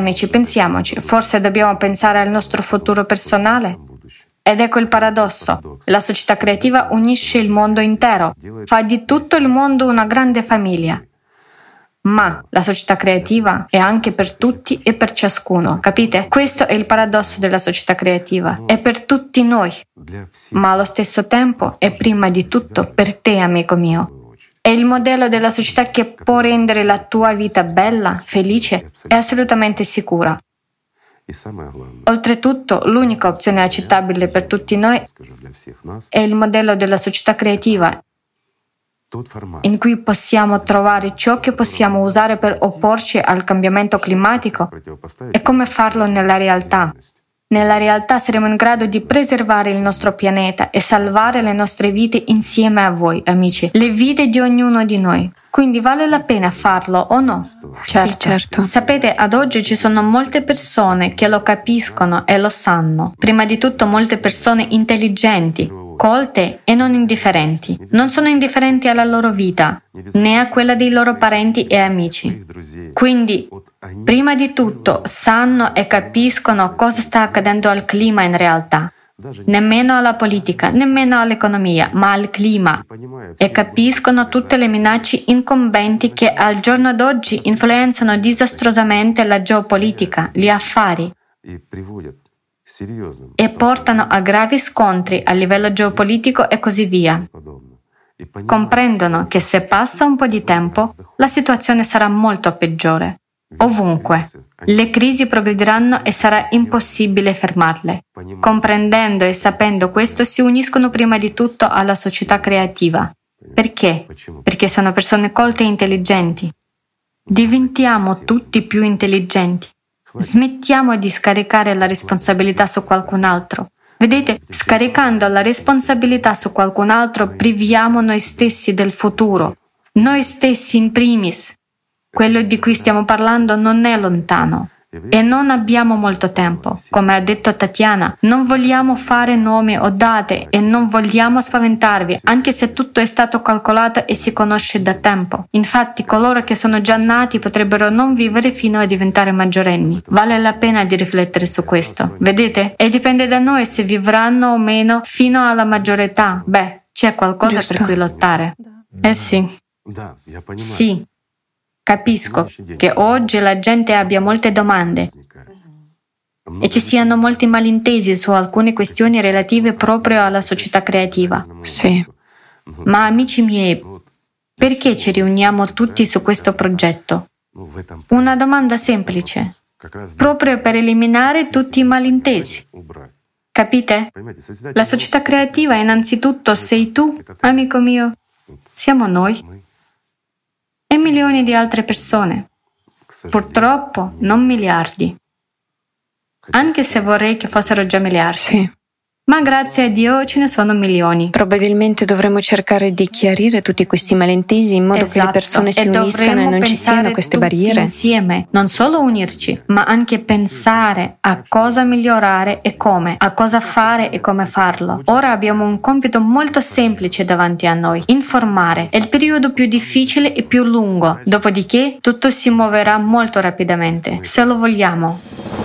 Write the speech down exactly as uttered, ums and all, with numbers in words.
amici, pensiamoci, forse dobbiamo pensare al nostro futuro personale? Ed ecco il paradosso. La società creativa unisce il mondo intero, fa di tutto il mondo una grande famiglia. Ma la società creativa è anche per tutti e per ciascuno, capite? Questo è il paradosso della società creativa, è per tutti noi, ma allo stesso tempo è prima di tutto per te, amico mio. È il modello della società che può rendere la tua vita bella, felice e assolutamente sicura. Oltretutto, l'unica opzione accettabile per tutti noi è il modello della società creativa, in cui possiamo trovare ciò che possiamo usare per opporci al cambiamento climatico e come farlo nella realtà. Nella realtà saremo in grado di preservare il nostro pianeta e salvare le nostre vite insieme a voi, amici, le vite di ognuno di noi. Quindi vale la pena farlo o no? Certo, sì, certo. Sapete, ad oggi ci sono molte persone che lo capiscono e lo sanno. Prima di tutto molte persone intelligenti, colte e non indifferenti. Non sono indifferenti alla loro vita, né a quella dei loro parenti e amici. Quindi, prima di tutto, sanno e capiscono cosa sta accadendo al clima in realtà. Nemmeno alla politica, nemmeno all'economia, ma al clima. E capiscono tutte le minacce incombenti che al giorno d'oggi influenzano disastrosamente la geopolitica, gli affari e portano a gravi scontri a livello geopolitico e così via. Comprendono che se passa un po' di tempo, la situazione sarà molto peggiore. Ovunque. Le crisi progrediranno e sarà impossibile fermarle. Comprendendo e sapendo questo, si uniscono prima di tutto alla società creativa. Perché? Perché sono persone colte e intelligenti. Diventiamo tutti più intelligenti. Smettiamo di scaricare la responsabilità su qualcun altro. Vedete, scaricando la responsabilità su qualcun altro, priviamo noi stessi del futuro. Noi stessi in primis. Quello di cui stiamo parlando non è lontano e non abbiamo molto tempo. Come ha detto Tatiana, non vogliamo fare nomi o date e non vogliamo spaventarvi, anche se tutto è stato calcolato e si conosce da tempo. Infatti, coloro che sono già nati potrebbero non vivere fino a diventare maggiorenni. Vale la pena di riflettere su questo. Vedete? E dipende da noi se vivranno o meno fino alla maggiore età. Beh, c'è qualcosa Giusto. Per cui lottare. Eh sì. Sì. Capisco che oggi la gente abbia molte domande e ci siano molti malintesi su alcune questioni relative proprio alla società creativa. Sì. Ma amici miei, perché ci riuniamo tutti su questo progetto? Una domanda semplice, proprio per eliminare tutti i malintesi. Capite? La società creativa innanzitutto sei tu, amico mio, siamo noi. E milioni di altre persone. Purtroppo non miliardi. Anche se vorrei che fossero già miliardi. Sì. Ma grazie a Dio ce ne sono milioni. Probabilmente dovremmo cercare di chiarire tutti questi malintesi in modo esatto. che le persone si e uniscano e non ci siano queste barriere. Insieme, non solo unirci, ma anche pensare a cosa migliorare e come, a cosa fare e come farlo. Ora abbiamo un compito molto semplice davanti a noi: informare. È il periodo più difficile e più lungo, dopodiché tutto si muoverà molto rapidamente, se lo vogliamo.